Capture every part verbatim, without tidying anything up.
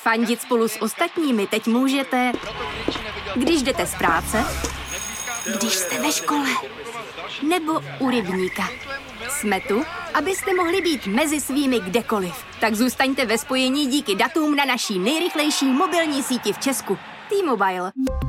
Fandit spolu s ostatními teď můžete, když jdete z práce, když jste ve škole, nebo u rybníka. Jsme tu, abyste mohli být mezi svými kdekoliv. Tak zůstaňte ve spojení díky datům na naší nejrychlejší mobilní síti v Česku. T-Mobile.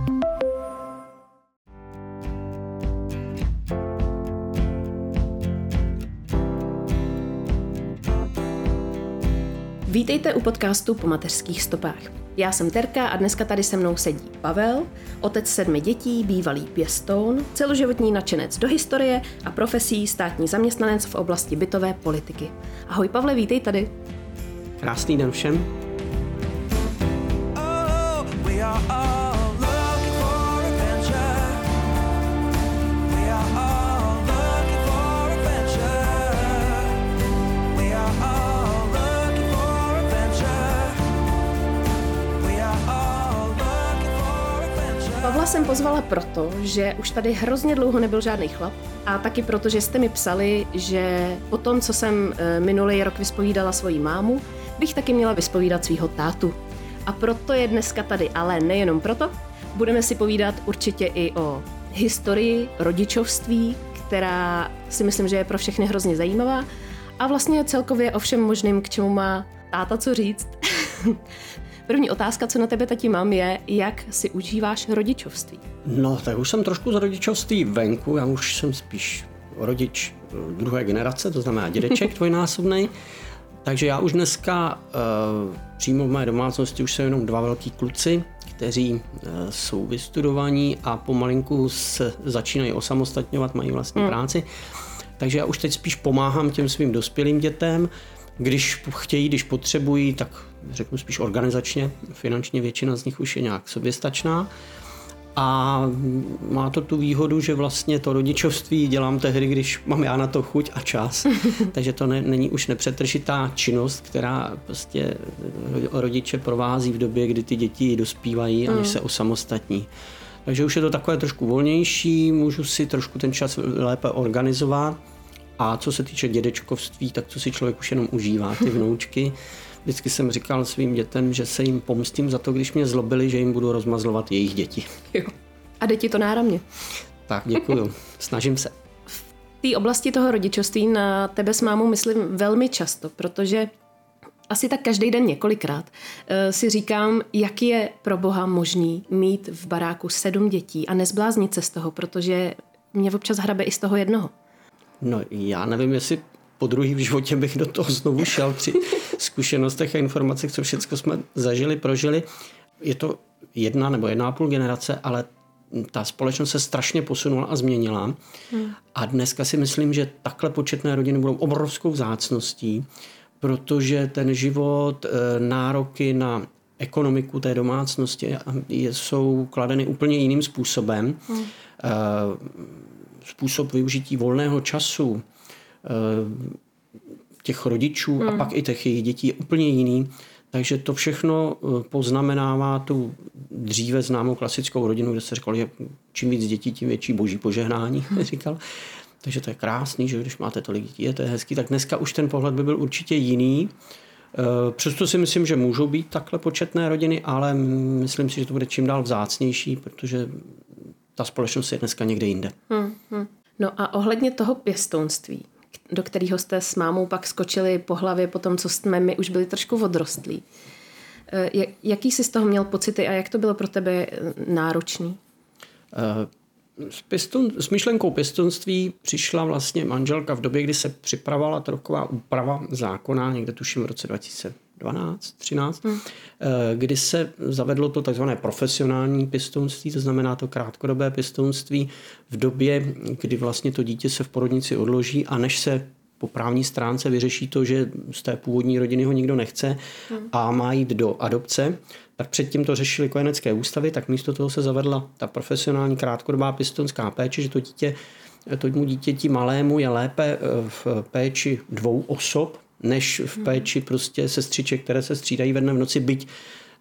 Vítejte u podcastu Po mateřských stopách. Já jsem Terka a dneska tady se mnou sedí Pavel, otec sedmi dětí, bývalý pěstoun, celoživotní nadšenec do historie a profesí státní zaměstnanec v oblasti bytové politiky. Ahoj Pavle, vítej tady. Krásný den všem. Pavla jsem pozvala proto, že už tady hrozně dlouho nebyl žádný chlap a taky proto, že jste mi psali, že po tom, co jsem minulý rok vyspovídala svoji mámu, bych taky měla vyspovídat svýho tátu. A proto je dneska tady, ale nejenom proto. Budeme si povídat určitě i o historii rodičovství, která si myslím, že je pro všechny hrozně zajímavá a vlastně celkově o všem možným, k čemu má táta co říct. První otázka, co na tebe, tati, mám, je, jak si užíváš rodičovství? No, tak už jsem trošku z rodičovství venku, já už jsem spíš rodič druhé generace, to znamená dědeček dvojnásobnej. Takže já už dneska uh, přímo v mé domácnosti už jsou jenom dva velký kluci, kteří uh, jsou vystudovaní a pomalinku se začínají osamostatňovat, mají vlastní hmm. práci. Takže já už teď spíš pomáhám těm svým dospělým dětem. Když chtějí, když potřebují, tak řeknu spíš organizačně, finančně většina z nich už je nějak soběstačná. A má to tu výhodu, že vlastně to rodičovství dělám tehdy, když mám já na to chuť a čas. Takže to ne, není už nepřetržitá činnost, která prostě rodiče provází v době, kdy ty děti dospívají a než se osamostatní. Takže už je to takové trošku volnější, můžu si trošku ten čas lépe organizovat. A co se týče dědečkovství, tak to si člověk už jenom užívá, ty vnoučky. Vždycky jsem říkal svým dětem, že se jim pomstím za to, když mě zlobili, že jim budu rozmazlovat jejich děti. Jo. A jde ti to náramně. Tak, děkuju. Snažím se. V té oblasti toho rodičovství na tebe s mámou myslím velmi často, protože asi tak každý den několikrát si říkám, jak je pro Boha možný mít v baráku sedm dětí a nezbláznit se z toho, protože mě občas hrabe i z toho jednoho. No, já nevím, jestli po druhý v životě bych do toho znovu šel při zkušenostech a informacích, co všechno jsme zažili, prožili. Je to jedna nebo jedna a půl generace, ale ta společnost se strašně posunula a změnila. Hmm. A dneska si myslím, že takhle početné rodiny budou obrovskou vzácností, protože ten život, nároky na ekonomiku té domácnosti jsou kladeny úplně jiným způsobem. Hmm. Způsob využití volného času těch rodičů hmm. a pak i těch jejich dětí je úplně jiný. Takže to všechno poznamenává tu dříve známou klasickou rodinu, kde se říkalo, že čím víc dětí, tím větší boží požehnání. Hmm. říkal. Takže to je krásný, že když máte tolik dětí, je to je hezký. Tak dneska už ten pohled by byl určitě jiný. Přesto si myslím, že můžou být takhle početné rodiny, ale myslím si, že to bude čím dál vzácnější, protože ta společnost je dneska někde jinde. Hmm, hmm. No a ohledně toho pěstounství, do kterého jste s mámou pak skočili po hlavě po tom, co jsme my už byli trošku odrostlí. Jaký jsi z toho měl pocity a jak to bylo pro tebe náročný? S, pěstoun, s myšlenkou pěstounství přišla vlastně manželka v době, kdy se připravovala taková úprava zákona, někde tuším v roce dva tisíce dvanáct třináct, hmm. kdy se zavedlo to takzvané profesionální pěstounství, to znamená to krátkodobé pěstounství v době, kdy vlastně to dítě se v porodnici odloží a než se po právní stránce vyřeší to, že z té původní rodiny ho nikdo nechce hmm. a má jít do adopce, tak předtím to řešili kojenecké ústavy, tak místo toho se zavedla ta profesionální krátkodobá pěstounská péče, že to dítě, tomu dítěti malému je lépe v péči dvou osob, než v péči prostě sestřiček, které se střídají ve dne v noci, byť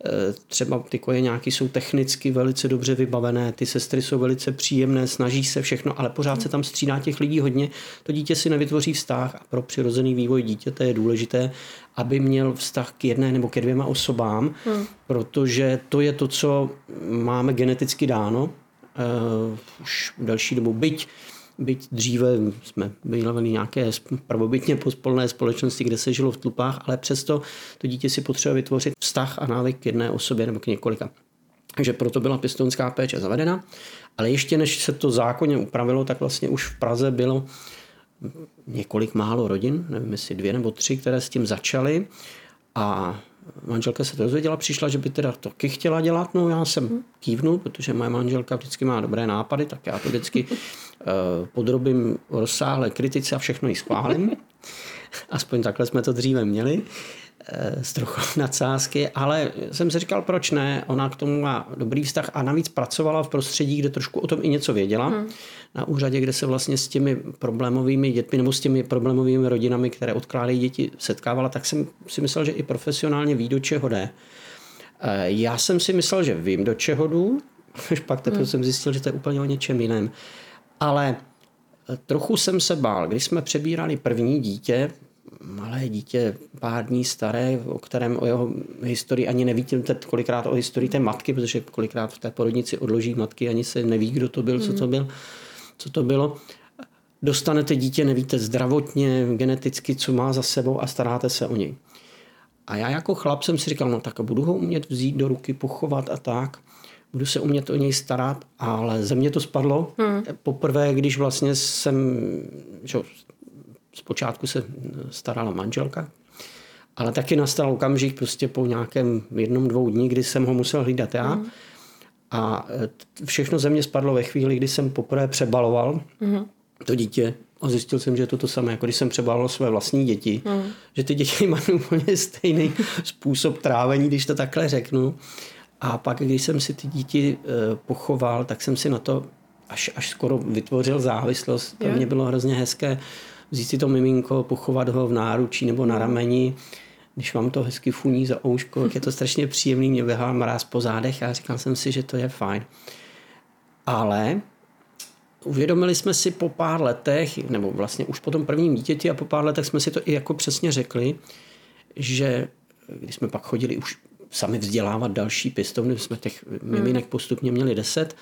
třeba ty kojeňáky jsou technicky velice dobře vybavené, ty sestry jsou velice příjemné, snaží se všechno, ale pořád se tam střídá těch lidí hodně. To dítě si nevytvoří vztah a pro přirozený vývoj dítěte je důležité, aby měl vztah k jedné nebo ke dvěma osobám, hmm. protože to je to, co máme geneticky dáno uh, už delší dobu. Byť Byť dříve jsme byli nějaké prvobytně pospolné společnosti, kde se žilo v tlupách, ale přesto to dítě si potřebuje vytvořit vztah a návyk k jedné osobě nebo k několika. Takže proto byla pěstounská péče zavedena, ale ještě než se to zákonně upravilo, tak vlastně už v Praze bylo několik málo rodin, nevím jestli dvě nebo tři, které s tím začaly a manželka se to dozvěděla, přišla, že by teda taky chtěla dělat, no já jsem kývnul, protože moje manželka vždycky má dobré nápady, tak já to vždycky uh, podrobím rozsáhlé kritice a všechno jí schválím. Aspoň takhle jsme to dříve měli, uh, s trochu nadsázky, ale jsem si říkal, proč ne, ona k tomu má dobrý vztah a navíc pracovala v prostředí, kde trošku o tom i něco věděla, hmm. na úřadě, kde se vlastně s těmi problémovými dětmi nebo s těmi problémovými rodinami, které odkládají děti, setkávala, tak jsem si myslel, že i profesionálně ví, do čeho jde. Já jsem si myslel, že vím, do čeho jdu, až pak teprve hmm. jsem zjistil, že to je úplně o něčem jiném. Ale trochu jsem se bál, když jsme přebírali první dítě, malé dítě, pár dní staré, o kterém o jeho historii ani nevíte kolikrát o historii té matky, protože kolikrát v té porodnici odloží matky, ani se neví, kdo to byl, co to byl, co to bylo. Dostanete dítě, nevíte zdravotně, geneticky, co má za sebou a staráte se o něj. A já jako chlap jsem si říkal, no tak budu ho umět vzít do ruky, pochovat a tak, budu se umět o něj starat, ale ze mě to spadlo. Hmm. Poprvé, když vlastně jsem, že zpočátku se starala manželka, ale taky nastal okamžik prostě po nějakém jednom, dvou dní, kdy jsem ho musel hlídat já. Hmm. A všechno ze mě spadlo ve chvíli, kdy jsem poprvé přebaloval hmm. to dítě a zjistil jsem, že je to to samé, jako když jsem přebaloval své vlastní děti. Hmm. Že ty děti mají úplně stejný způsob trávení, když to takhle řeknu. A pak, když jsem si ty děti pochoval, tak jsem si na to až, až skoro vytvořil závislost. Pro mě bylo hrozně hezké vzít si to miminko, pochovat ho v náručí nebo na rameni. Když vám to hezky funí za ouško, tak je to strašně příjemný, mě běhal mráz po zádech a říkal jsem si, že to je fajn. Ale uvědomili jsme si po pár letech, nebo vlastně už po tom prvním dítěti a po pár letech jsme si to i jako přesně řekli, že když jsme pak chodili už sami vzdělávat další pěstouny, jsme těch miminek postupně měli deset,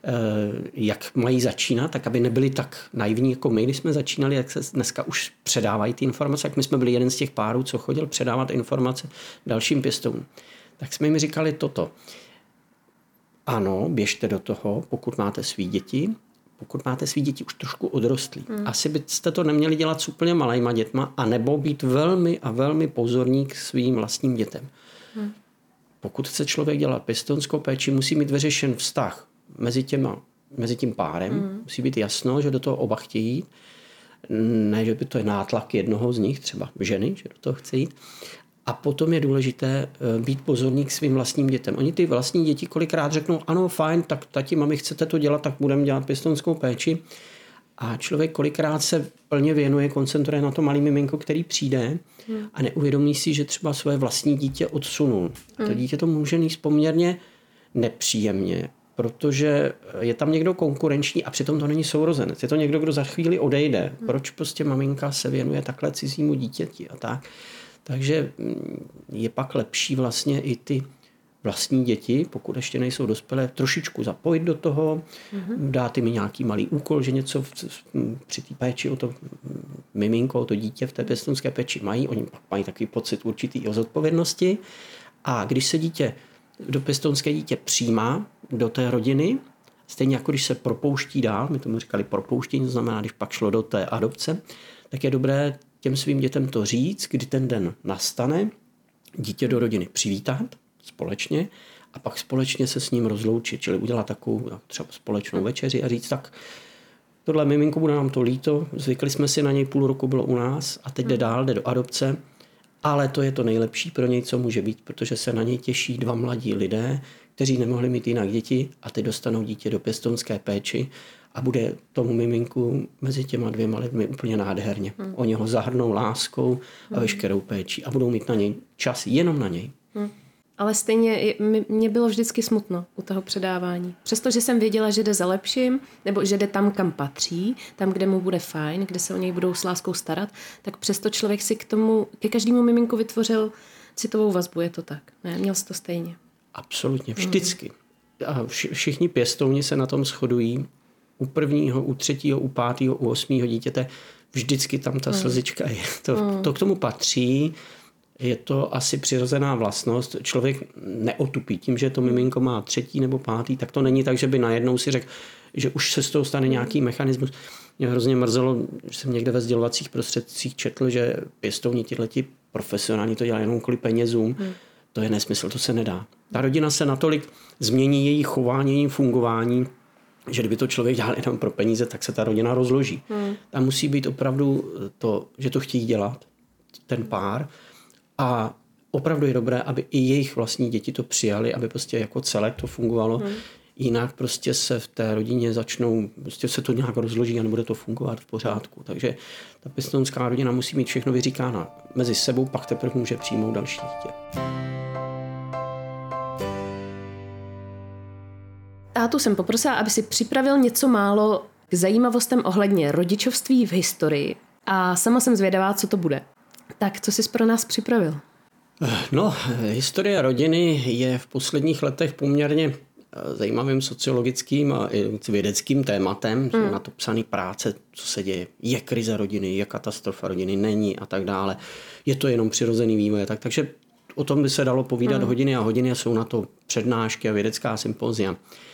jak mají začínat, tak aby nebyli tak naivní jako my, když jsme začínali, jak se dneska už předávají ty informace, jak my jsme byli jeden z těch párů, co chodil předávat informace dalším pěstounům. Tak jsme jim říkali toto. Ano, běžte do toho, pokud máte svý děti, pokud máte svý děti už trošku odrostlí. Hmm. Asi byste to neměli dělat s úplně malejma dětma, anebo být velmi a velmi pozorní k svým vlastním dětem. Hmm. Pokud chce člověk dělat pěstounskou péči, musí mít vyřešen vztah mezi, těma, mezi tím párem. Mm. Musí být jasno, že do toho oba chtějí. Ne, že by to je nátlak jednoho z nich, třeba ženy, že do toho chce jít. A potom je důležité být pozorný k svým vlastním dětem. Oni ty vlastní děti kolikrát řeknou, ano, fajn, tak tati, mami, chcete to dělat, tak budeme dělat pěstounskou péči. A člověk kolikrát se plně věnuje, koncentruje na to malý miminko, který přijde hmm. a neuvědomí si, že třeba své vlastní dítě odsunul. Hmm. To dítě to může nést poměrně nepříjemně, protože je tam někdo konkurenční a přitom to není sourozenec. Je to někdo, kdo za chvíli odejde. Hmm. Proč prostě maminka se věnuje takhle cizímu dítěti a tak. Takže je pak lepší vlastně i ty vlastní děti, pokud ještě nejsou dospělé, trošičku zapojit do toho, mm-hmm. dát jim nějaký malý úkol, že něco v, při té péči o to miminko, o to dítě v té pěstounské péči mají. Oni pak mají takový pocit určitý o zodpovědnosti. A když se dítě, do pěstounské dítě přijímá do té rodiny, stejně jako když se propouští dál, my tomu říkali propouštění, to znamená, když pak šlo do té adopce, tak je dobré těm svým dětem to říct, kdy ten den nastane, dítě do rodiny přivítat společně a pak společně se s ním rozloučit, čili udělat takovou třeba společnou večeři a říct tak, tohle miminko, bude nám to líto, zvykli jsme si na něj, půl roku bylo u nás a teď jde dál, jde do adopce, ale to je to nejlepší pro něj, co může být, protože se na něj těší dva mladí lidé, kteří nemohli mít jinak děti a teď dostanou dítě do pěstounské péči a bude tomu miminku mezi těma dvěma lidmi úplně nádherně. Hmm. Oni ho zahrnou láskou a veškerou péčí a budou mít na něj čas jenom na něj. Hmm. ale stejně mě bylo vždycky smutno u toho předávání. Přestože jsem věděla, že jde za lepším, nebo že jde tam, kam patří, tam, kde mu bude fajn, kde se o něj budou s láskou starat, tak přesto člověk si k tomu, ke každému miminku vytvořil citovou vazbu, je to tak. Ne, měl jsi to stejně. Absolutně, vždycky. A všichni pěstouni se na tom shodují. U prvního, u třetího, u pátého, u osmého dítěte vždycky tam ta slzička je. To, to k tomu patří. Je to asi přirozená vlastnost. Člověk neotupí tím, že to miminko má třetí nebo pátý, tak to není tak, že by najednou si řekl, že už se z toho stane nějaký mechanismus. Mě hrozně mrzelo, že jsem někde ve sdělovacích prostředcích četl, že pěstouni tihleti profesionální to dělají jenom kvůli penězům. Hmm. To je nesmysl, to se nedá. Ta rodina se natolik změní její chování, její fungování, že kdyby to člověk dělal jenom pro peníze, tak se ta rodina rozloží. Hmm. Tam musí být opravdu to, že to chtějí dělat, ten pár. A opravdu je dobré, aby i jejich vlastní děti to přijali, aby prostě jako celek to fungovalo. Hmm. Jinak prostě se v té rodině začnou, prostě se to nějak rozloží a nebude to fungovat v pořádku. Takže ta pěstounská rodina musí mít všechno vyříkáno mezi sebou, pak teprve může přijmout další dítě. Tátu jsem poprosila, aby si připravil něco málo k zajímavostem ohledně rodičovství v historii a sama jsem zvědavá, co to bude. Tak, co jsi pro nás připravil? No, historie rodiny je v posledních letech poměrně zajímavým sociologickým a vědeckým tématem. Jsou hmm. na to psané práce, co se děje. Je krize rodiny, je katastrofa rodiny, není a tak dále. Je to jenom přirozený vývoj. Tak, takže o tom by se dalo povídat hmm. hodiny a hodiny. Jsou na to přednášky a vědecká sympozia.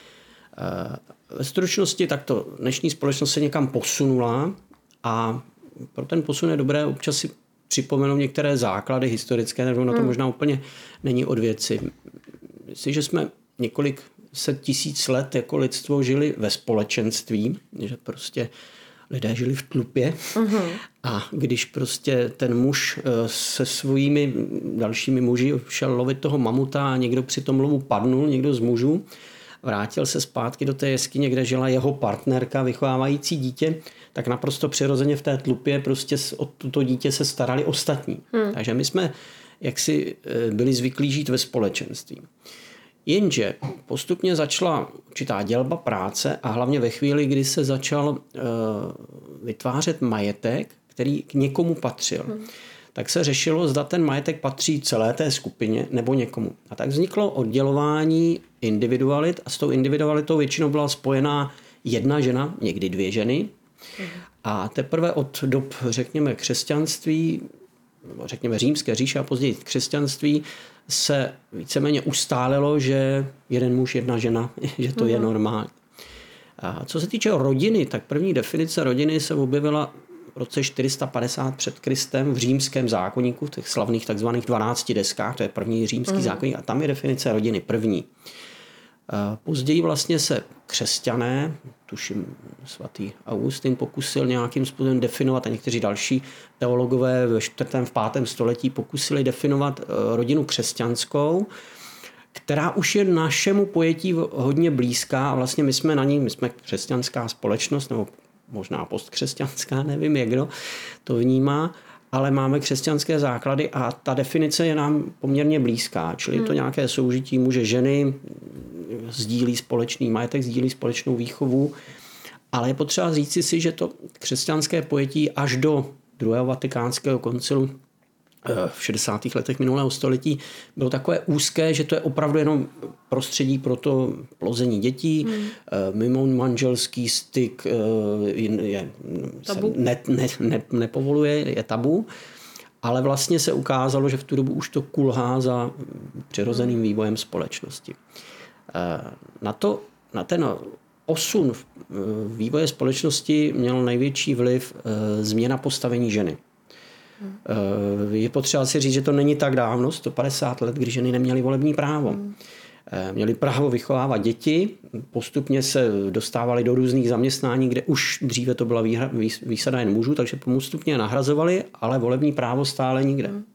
Ve stručnosti takto dnešní společnost se někam posunula a pro ten posun je dobré občas si připomenout některé základy historické, nebo na to hmm. možná úplně není od věci. Jestliže jsme několik set tisíc let jako lidstvo žili ve společenství, že prostě lidé žili v tlupě uh-huh. a když prostě ten muž se svými dalšími muži šel lovit toho mamuta a někdo při tom lovu padnul, někdo z mužů, vrátil se zpátky do té jeskyně, kde žila jeho partnerka vychovávající dítě, tak naprosto přirozeně v té tlupě prostě o toto dítě se starali ostatní. Hmm. Takže my jsme jaksi byli zvyklí žít ve společenství. Jenže postupně začala určitá dělba práce a hlavně ve chvíli, kdy se začal uh, vytvářet majetek, který k někomu patřil, hmm. tak se řešilo, zda ten majetek patří celé té skupině nebo někomu. A tak vzniklo oddělování individualit a s tou individualitou většinou byla spojená jedna žena, někdy dvě ženy. Hmm. A teprve od dob, řekněme, křesťanství, nebo řekněme římské říše a později křesťanství, se víceméně ustálilo, že jeden muž, jedna žena, že to mm. je normální. A co se týče rodiny, tak první definice rodiny se objevila v roce čtyři sta padesát před Kristem v římském zákoníku, v těch slavných takzvaných dvanácti deskách, to je první římský mm. zákoník, a tam je definice rodiny první. A později vlastně se křesťané, tuším svatý Augustin, pokusil nějakým způsobem definovat a někteří další teologové ve čtvrtém, v pátém století pokusili definovat rodinu křesťanskou, která už je našemu pojetí hodně blízká a vlastně my jsme na ní, my jsme křesťanská společnost, nebo možná postkřesťanská, nevím, jak kdo to vnímá, ale máme křesťanské základy a ta definice je nám poměrně blízká, čili je to nějaké soužití muže ženy, sdílí společný majetek, sdílí společnou výchovu, ale je potřeba říci si, že to křesťanské pojetí až do druhého vatikánského koncilu v šedesátých letech minulého století bylo takové úzké, že to je opravdu jenom prostředí pro to plození dětí, hmm. mimo manželský styk je, se ne, ne, ne, nepovoluje, je tabu, ale vlastně se ukázalo, že v tu dobu už to kulhá za přirozeným vývojem společnosti. Na, to, na ten posun vývoje společnosti měl největší vliv změna postavení ženy. Hmm. Je potřeba si říct, že to není tak dávno, sto padesát let, kdy ženy neměly volební právo. Hmm. Měly právo vychovávat děti, postupně se dostávali do různých zaměstnání, kde už dříve to byla výhra, výsada jen mužů, takže postupně nahrazovali, ale volební právo stále nikde. Hmm.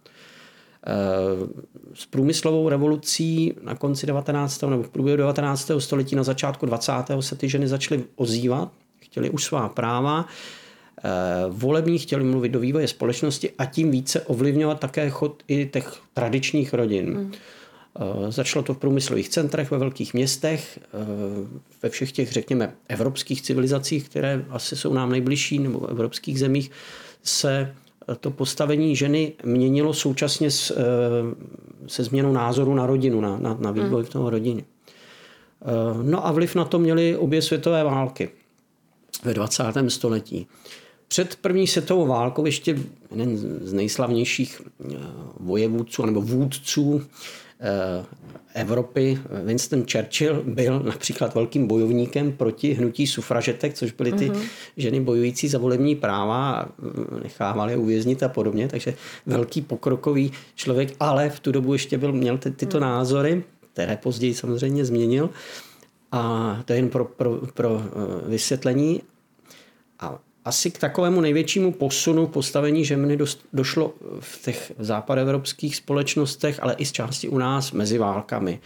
S průmyslovou revolucí na konci devatenáctého nebo v průběhu devatenáctého století, na začátku dvacátého se ty ženy začaly ozývat, chtěly už svá práva, volební, chtěli mluvit do vývoje společnosti a tím více ovlivňovat také chod i těch tradičních rodin. Hmm. Začalo to v průmyslových centrech, ve velkých městech, ve všech těch, řekněme, evropských civilizacích, které asi jsou nám nejbližší, nebo v evropských zemích, se to postavení ženy měnilo současně s, se změnou názoru na rodinu, na, na, na vývoj v toho rodině. No a vliv na to měly obě světové války ve dvacátém století. Před první světovou válkou ještě jeden z nejslavnějších vojevůdců nebo vůdců Evropy, Winston Churchill, byl například velkým bojovníkem proti hnutí sufražetek, což byly ty mm-hmm. ženy bojující za volební práva a nechávali je uvěznit a podobně, takže velký pokrokový člověk, ale v tu dobu ještě byl, měl ty, tyto mm. názory, které později samozřejmě změnil, a to je jen pro, pro, pro vysvětlení. A asi k takovému největšímu posunu postavení ženy došlo v těch západoevropských společnostech, ale i z části u nás mezi válkami.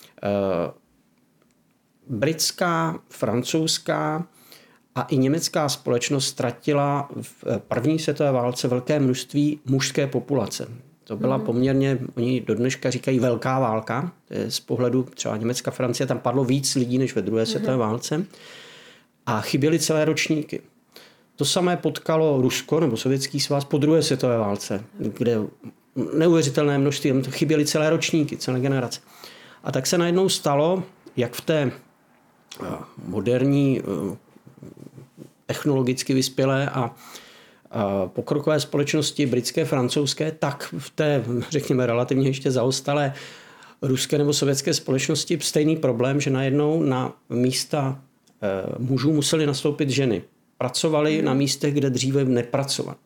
Britská, francouzská a i německá společnost ztratila v první světové válce velké množství mužské populace. To byla poměrně, oni do dneška říkají velká válka, z pohledu třeba Německa, Francie, tam padlo víc lidí než ve druhé světové válce a chyběly celé ročníky. To samé potkalo Rusko nebo Sovětský svaz po druhé světové válce, kde neuvěřitelné množství, chyběly celé ročníky, celé generace. A tak se najednou stalo, jak v té moderní, technologicky vyspělé a pokrokové společnosti britské, francouzské, tak v té, řekněme, relativně ještě zaostalé ruské nebo sovětské společnosti stejný problém, že najednou na místa mužů museli nastoupit ženy. Pracovali na místech, kde dříve nepracovali.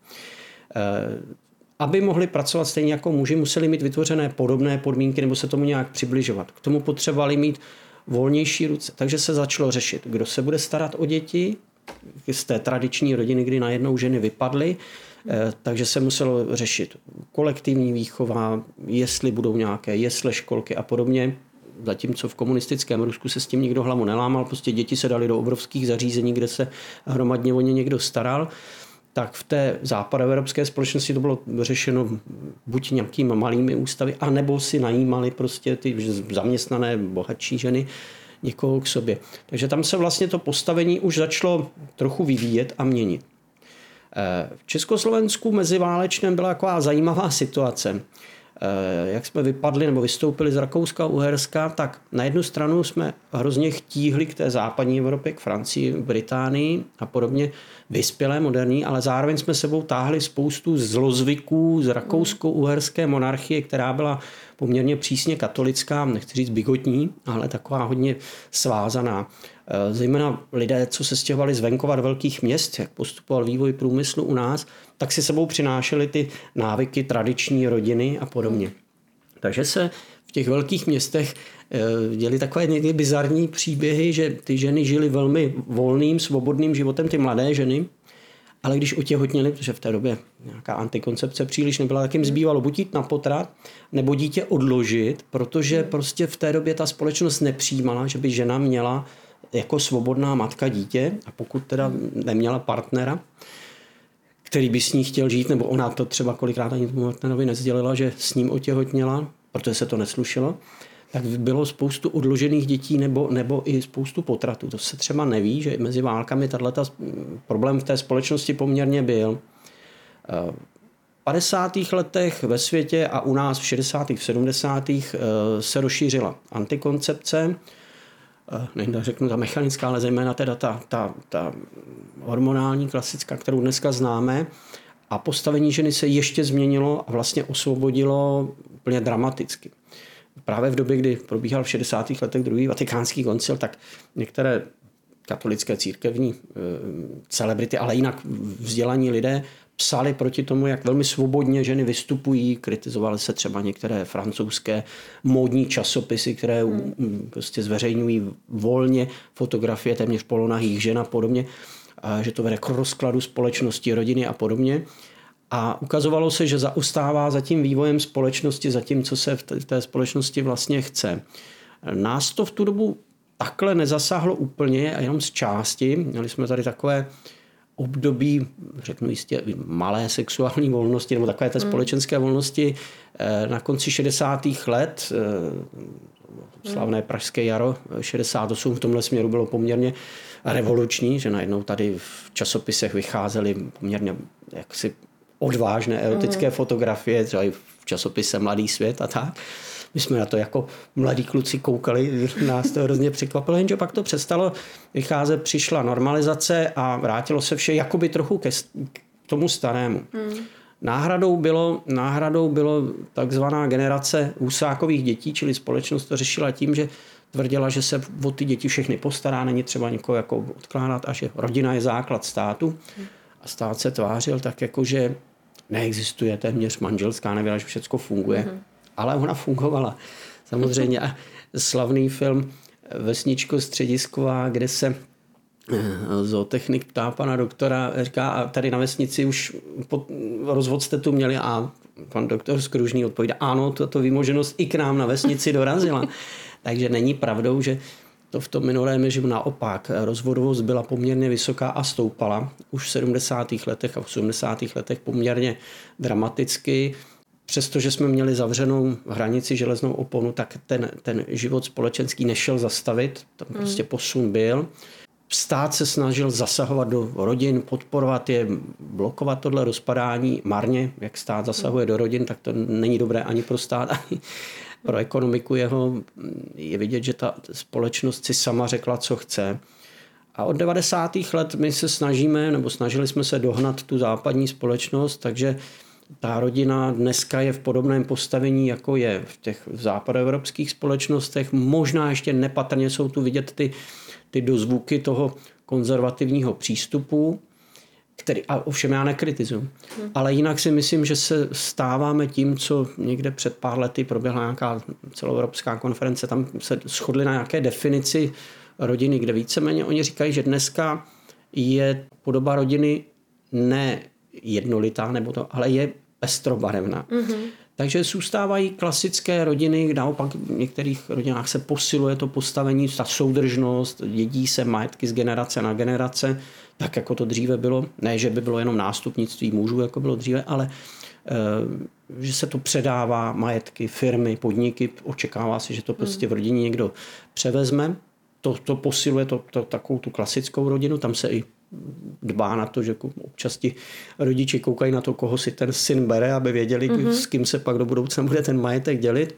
Aby mohli pracovat stejně jako muži, museli mít vytvořené podobné podmínky nebo se tomu nějak přibližovat. K tomu potřebovali mít volnější ruce. Takže se začalo řešit, kdo se bude starat o děti z té tradiční rodiny, kdy najednou ženy vypadly, takže se muselo řešit kolektivní výchova, jestli budou nějaké jesle, školky a podobně. Zatímco v komunistickém Rusku se s tím nikdo hlavu nelámal, prostě děti se dali do obrovských zařízení, kde se hromadně o ně někdo staral, tak v té západoevropské společnosti to bylo řešeno buď nějakými malými ústavy, anebo si najímali prostě ty zaměstnané bohatší ženy někoho k sobě. Takže tam se vlastně to postavení už začalo trochu vyvíjet a měnit. V Československu meziválečném byla taková zajímavá situace. Jak jsme vypadli nebo vystoupili z Rakouska a Uherska, tak na jednu stranu jsme hrozně chtíhli k té západní Evropě, k Francii, Británii a podobně vyspělé, moderní, ale zároveň jsme sebou táhli spoustu zlozvyků z rakousko-uherské monarchie, která byla poměrně přísně katolická, nechci říct bigotní, ale taková hodně svázaná. Zejména lidé, co se stěhovali z venkova do velkých měst, jak postupoval vývoj průmyslu u nás, tak si sebou přinášeli ty návyky tradiční rodiny a podobně. Takže se v těch velkých městech děly takové někdy bizarní příběhy, že ty ženy žily velmi volným, svobodným životem, ty mladé ženy, ale když otěhotněly, protože v té době nějaká antikoncepce příliš nebyla, tak jim zbývalo buď jít na potrat, nebo dítě odložit, protože prostě v té době ta společnost nepřijímala, že by žena měla jako svobodná matka dítě, a pokud teda neměla partnera, který by s ní chtěl žít, nebo ona to třeba kolikrát ani tomu partnerovi nezdělila, že s ním otěhotněla, protože se to neslušelo, tak bylo spoustu odložených dětí nebo, nebo i spoustu potratů. To se třeba neví, že mezi válkami tato problém v té společnosti poměrně byl. V padesátých letech ve světě a u nás v šedesátých, v sedmdesátých se rozšířila antikoncepce, než řeknu ta mechanická, ale zejména teda ta, ta, ta hormonální, klasická, kterou dneska známe, a postavení ženy se ještě změnilo a vlastně osvobodilo úplně dramaticky. Právě v době, kdy probíhal v šedesátých letech druhý vatikánský koncil, tak některé katolické církevní celebrity, ale jinak vzdělaní lidé psali proti tomu, jak velmi svobodně ženy vystupují, kritizovaly se třeba některé francouzské módní časopisy, které hmm. prostě zveřejňují volně fotografie téměř polonahých žen a podobně, a že to vede k rozkladu společnosti, rodiny a podobně. A ukazovalo se, že zaostává za tím vývojem společnosti, za tím, co se v té společnosti vlastně chce. Nás to v tu dobu takhle nezasáhlo úplně a jenom z části. Měli jsme tady takové období, řeknu jistě, malé sexuální volnosti nebo takové té společenské volnosti na konci šedesátých let. Slavné pražské jaro šedesát osm v tomhle směru bylo poměrně revoluční, že najednou tady v časopisech vycházely poměrně jaksi odvážné erotické mm. fotografie, třeba i v časopise Mladý svět a tak. My jsme na to jako mladí kluci koukali, nás to hrozně překvapilo, jenže pak to přestalo vycházet, přišla normalizace a vrátilo se vše jakoby trochu ke tomu starému. Mm. Náhradou bylo, náhradou bylo takzvaná generace Husákových dětí, čili společnost to řešila tím, že tvrdila, že se o ty děti všechny postará, není třeba někoho jako odkládat a že rodina je základ státu. A stát se tvářil tak jako, že neexistuje téměř manželská nevěra, že všechno funguje. Mm-hmm. Ale ona fungovala. Samozřejmě a slavný film Vesničko středisková, kde se zootechnik ptá pana doktora, říká, a tady na vesnici už pod, rozvod jste tu měli a pan doktor Skružný odpovídá, ano, tato výmoženost i k nám na vesnici dorazila. Takže není pravdou, že to v tom minulém režimu naopak. Rozvodovost byla poměrně vysoká a stoupala už v sedmdesátých letech a v osmdesátých letech poměrně dramaticky. Přestože jsme měli zavřenou hranici, železnou oponu, tak ten, ten život společenský nešel zastavit. Tam prostě posun byl. Stát se snažil zasahovat do rodin, podporovat je, blokovat tohle rozpadání marně. Jak stát zasahuje do rodin, tak to není dobré ani pro stát, ani pro ekonomiku jeho. Je vidět, že ta společnost si sama řekla, co chce. A od devadesátých let my se snažíme, nebo snažili jsme se dohnat tu západní společnost, takže ta rodina dneska je v podobném postavení, jako je v těch západoevropských společnostech. Možná ještě nepatrně jsou tu vidět ty, ty dozvuky toho konzervativního přístupu, který, a ovšem já nekritizuji. Hmm. Ale jinak si myslím, že se stáváme tím, co někde před pár lety proběhla nějaká celoevropská konference, tam se shodli na nějaké definici rodiny, kde víceméně oni říkají, že dneska je podoba rodiny ne jednolitá, nebo to, ale je pestrobarevná. Mm-hmm. Takže zůstávají klasické rodiny, naopak v některých rodinách se posiluje to postavení, ta soudržnost, dědí se majetky z generace na generace, tak jako to dříve bylo. Ne, že by bylo jenom nástupnictví mužů, jako bylo dříve, ale e, že se to předává majetky, firmy, podniky, očekává se, že to prostě v rodině někdo převezme. To, to posiluje to, to, takovou tu klasickou rodinu, tam se i dbá na to, že občas ti rodiči koukají na to, koho si ten syn bere, aby věděli, mm-hmm. s kým se pak do budoucna bude ten majetek dělit.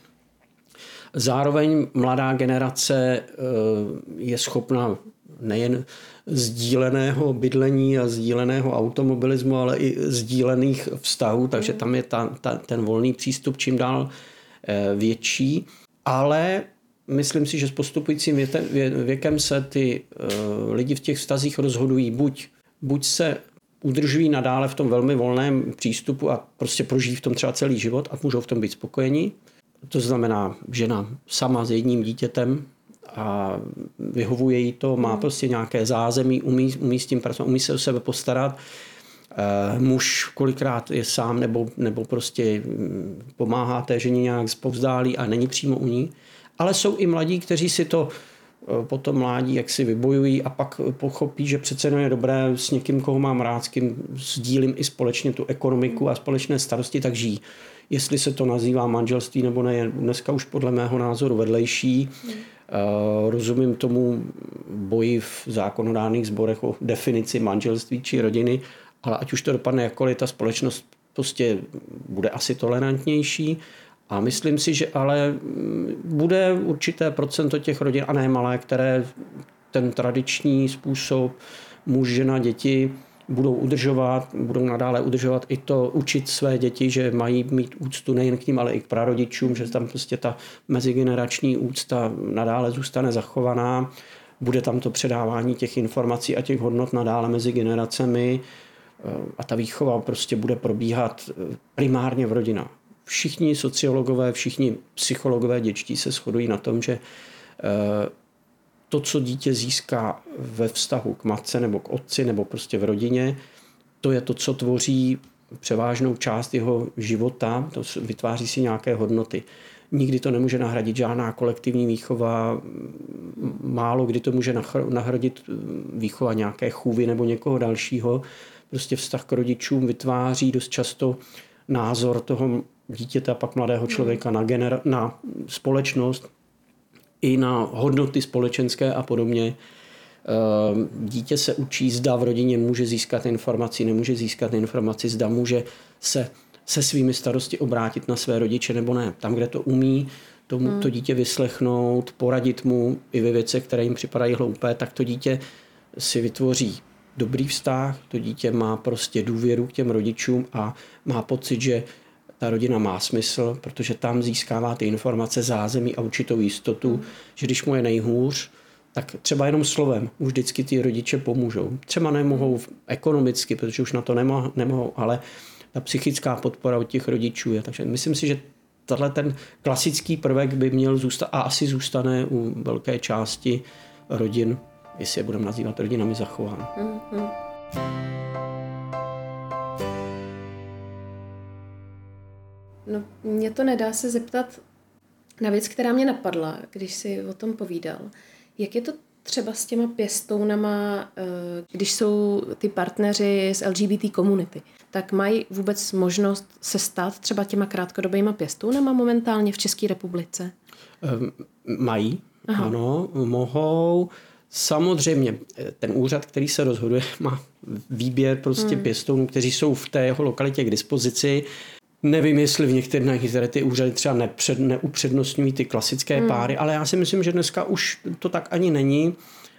Zároveň mladá generace je schopna nejen sdíleného bydlení a sdíleného automobilismu, ale i sdílených vztahů, takže tam je ta, ta, ten volný přístup čím dál větší. Ale myslím si, že s postupujícím věkem se ty uh, lidi v těch vztazích rozhodují buď, buď se udržují nadále v tom velmi volném přístupu a prostě prožijí v tom třeba celý život a můžou v tom být spokojení. To znamená žena sama s jedním dítětem a vyhovuje jí to, má prostě nějaké zázemí, umí, umí s tím pracovat, umí se o sebe postarat. Uh, muž kolikrát je sám nebo, nebo prostě pomáhá té ženě nějak zpovzdálí a není přímo u ní. Ale jsou i mladí, kteří si to potom mládí jak si vybojují a pak pochopí, že přece je dobré s někým, koho mám rád, s kým sdílím i společně tu ekonomiku a společné starosti, tak žijí. Jestli se to nazývá manželství nebo ne, je dneska už podle mého názoru vedlejší. Hmm. Uh, rozumím tomu boji v zákonodárných sborech o definici manželství či rodiny, ale ať už to dopadne jakkoliv, ta společnost prostě bude asi tolerantnější. A myslím si, že ale bude určité procento těch rodin, a ne malé, které ten tradiční způsob muž, žena, děti budou udržovat, budou nadále udržovat i to, učit své děti, že mají mít úctu nejen k ním, ale i k prarodičům, že tam prostě ta mezigenerační úcta nadále zůstane zachovaná. Bude tam to předávání těch informací a těch hodnot nadále mezi generacemi a ta výchova prostě bude probíhat primárně v rodinách. Všichni sociologové, všichni psychologové dětští se shodují na tom, že to, co dítě získá ve vztahu k matce nebo k otci nebo prostě v rodině, to je to, co tvoří převážnou část jeho života, to vytváří si nějaké hodnoty. Nikdy to nemůže nahradit žádná kolektivní výchova, málo kdy to může nahradit výchova nějaké chůvy nebo někoho dalšího. Prostě vztah k rodičům vytváří dost často názor toho dítěte a pak mladého člověka na, genera- na společnost i na hodnoty společenské a podobně. Dítě se učí, zda v rodině může získat informaci, nemůže získat informaci, zda může se se svými starosti obrátit na své rodiče nebo ne. Tam, kde to umí, tomu hmm. to dítě vyslechnout, poradit mu i ve věcech, které jim připadají hloupé, tak to dítě si vytvoří dobrý vztah, to dítě má prostě důvěru k těm rodičům a má pocit, že ta rodina má smysl, protože tam získává ty informace, zázemí a určitou jistotu, hmm. že když mu je nejhůř, tak třeba jenom slovem už vždycky ty rodiče pomůžou. Třeba nemohou ekonomicky, protože už na to nemohou, nemohou ale ta psychická podpora od těch rodičů je. Takže myslím si, že tahle ten klasický prvek by měl zůstat a asi zůstane u velké části rodin, jestli je budeme nazývat rodinami, zachován. Mm-hmm. No, mě to nedá se zeptat na věc, která mě napadla, když jsi o tom povídal. Jak je to třeba s těma pěstounama, když jsou ty partneři z L G B T komunity, tak mají vůbec možnost se stát třeba těma krátkodobýma pěstounama momentálně v České republice? Mají, Aha. ano, mohou. Samozřejmě ten úřad, který se rozhoduje, má výběr prostě hmm. pěstounů, kteří jsou v té jeho lokalitě k dispozici. Nevím, jestli v některých ty úřady třeba nepřed, neupřednostňují ty klasické hmm. páry, ale já si myslím, že dneska už to tak ani není.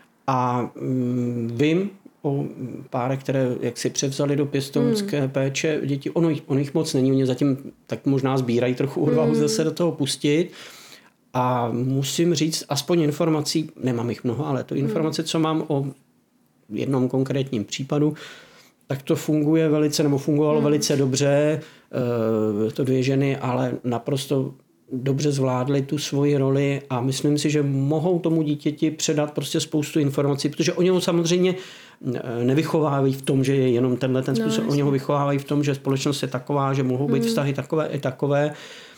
A mm, vím o párech, které jak si převzali do pěstounské hmm. péče děti. Ono jich, ono jich moc není, oni zatím tak možná sbírají trochu odvahu hmm. zase do toho pustit. A musím říct, aspoň informací, nemám jich mnoho, ale to informace, co mám o jednom konkrétním případu, tak to funguje velice, nebo fungovalo hmm. velice dobře. To dvě ženy, ale naprosto dobře zvládly tu svoji roli a myslím si, že mohou tomu dítěti předat prostě spoustu informací, protože oni ho samozřejmě nevychovávají v tom, že je jenom tenhle ten způsob, no, oni ho vychovávají v tom, že společnost je taková, že mohou být hmm. vztahy takové i takové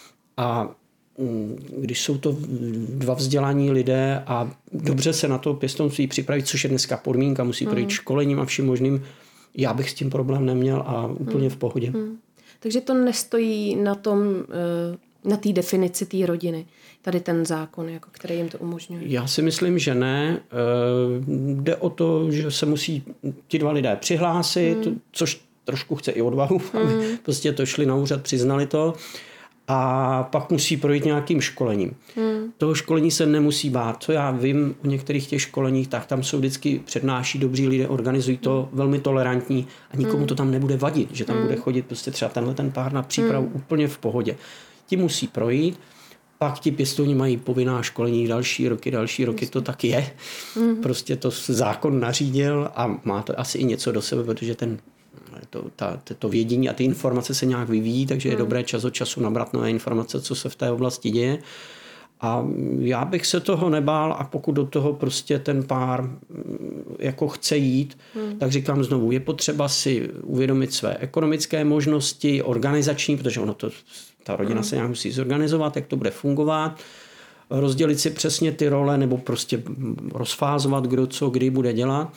a když jsou to dva vzdělaní lidé a dobře se na to pěstounství připravit, což je dneska podmínka, musí projít hmm. školením a vším možným, já bych s tím problém neměl a úplně hmm. v pohodě. Hmm. Takže to nestojí na tom, na té definici té rodiny, tady ten zákon, jako který jim to umožňuje. Já si myslím, že ne. Jde o to, že se musí ti dva lidé přihlásit, hmm. což trošku chce i odvahu, hmm. aby prostě to šli na úřad, přiznali to. A pak musí projít nějakým školením. Hmm. Toho školení se nemusí bát. Co já vím o některých těch školeních, tak tam jsou vždycky přednáší dobří lidé, organizují to hmm. velmi tolerantní a nikomu hmm. to tam nebude vadit, že tam hmm. bude chodit prostě třeba tenhle ten pár na přípravu hmm. úplně v pohodě. Ti musí projít, pak ti pěstouni mají povinná školení další roky, další roky, Myslím. to tak je. Hmm. Prostě to zákon nařídil a má to asi i něco do sebe, protože ten To, ta, to vědění a ty informace se nějak vyvíjí, takže je hmm. dobré čas od času nabrat nové informace, co se v té oblasti děje. A já bych se toho nebál a pokud do toho prostě ten pár jako chce jít, hmm. tak říkám znovu, je potřeba si uvědomit své ekonomické možnosti, organizační, protože ono to, ta rodina hmm. se nějak musí zorganizovat, jak to bude fungovat, rozdělit si přesně ty role nebo prostě rozfázovat, kdo co, kdy bude dělat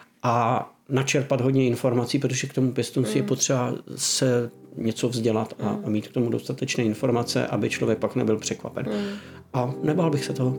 a načerpat hodně informací, protože k tomu pěstounství mm. je potřeba se něco vzdělat a, mm. a mít k tomu dostatečné informace, aby člověk pak nebyl překvapen. Mm. A nebál bych se toho.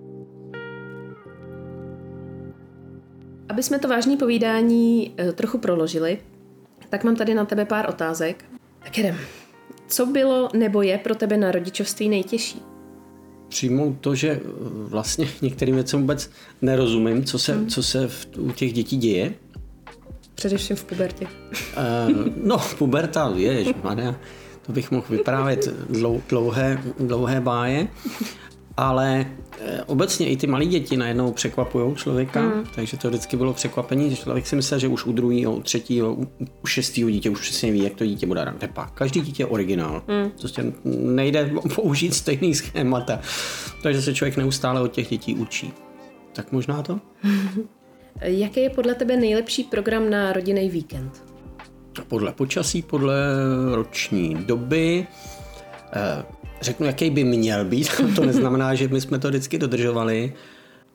Aby jsme to vážné povídání trochu proložili, tak mám tady na tebe pár otázek. Tak jdem. Co bylo nebo je pro tebe na rodičovství nejtěžší? Přijmout to, že vlastně některým věcem vůbec nerozumím, co se, mm. co se v, u těch dětí děje. Především v pubertě. Uh, no, puberta, ježišmarja, to bych mohl vyprávět dlou, dlouhé, dlouhé báje, ale e, obecně i ty malí děti najednou překvapují člověka, mm. takže to vždycky bylo překvapení, že člověk si myslel, že už u druhého, u třetího, u, u šestého dítě už přesně ví, jak to dítě bude. Nepak. Každý dítě je originál. Mm. Prostě nejde použít stejný schémata, takže se člověk neustále od těch dětí učí. Tak možná to? Jaký je podle tebe nejlepší program na rodinný víkend? Podle počasí, podle roční doby. Řeknu, jaký by měl být. To neznamená, že my jsme to vždycky dodržovali.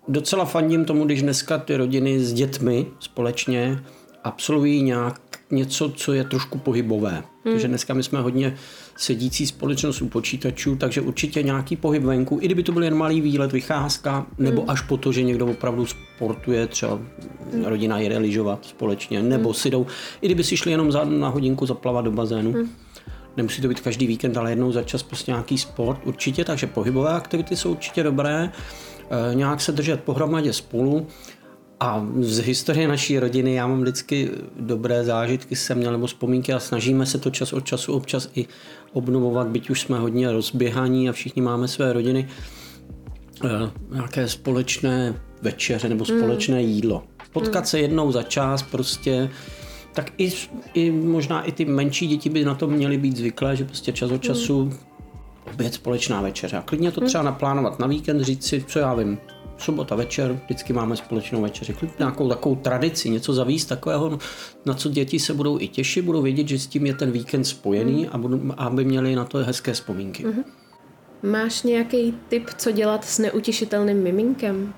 docela fandím tomu, když dneska ty rodiny s dětmi společně absolvují nějak něco, co je trošku pohybové. Hmm. Takže dneska my jsme hodně sedící společnost u počítačů, takže určitě nějaký pohyb venku, i kdyby to byl jen malý výlet, vycházka, nebo hmm. až po to, že někdo opravdu sportuje, třeba hmm. rodina jede lyžovat společně, nebo hmm. si jdou, i kdyby si šli jenom za, na hodinku zaplavat do bazénu. Hmm. Nemusí to být každý víkend, ale jednou za čas prostě nějaký sport určitě, takže pohybové aktivity jsou určitě dobré. E, nějak se držet pohromadě spolu. A z historie naší rodiny já mám vždycky dobré zážitky, jsem měl nebo vzpomínky a snažíme se to čas od času občas i obnovovat, byť už jsme hodně rozběhaní a všichni máme své rodiny. E, nějaké společné večeře nebo společné mm. jídlo. Potkat mm. se jednou za čas prostě, tak i, i možná i ty menší děti by na to měly být zvyklé, že prostě čas od času mm. oběd společná večeře. A klidně to třeba naplánovat na víkend, říct si, co já vím, sobota večer, vždycky máme společnou večeři. Klidně nějakou takovou tradici, něco zavíst takového, na co děti se budou i těšit, budou vědět, že s tím je ten víkend spojený mm. a budou, aby měli na to hezké vzpomínky. Mm-hmm. Máš nějaký tip, co dělat s neutěšitelným miminkem?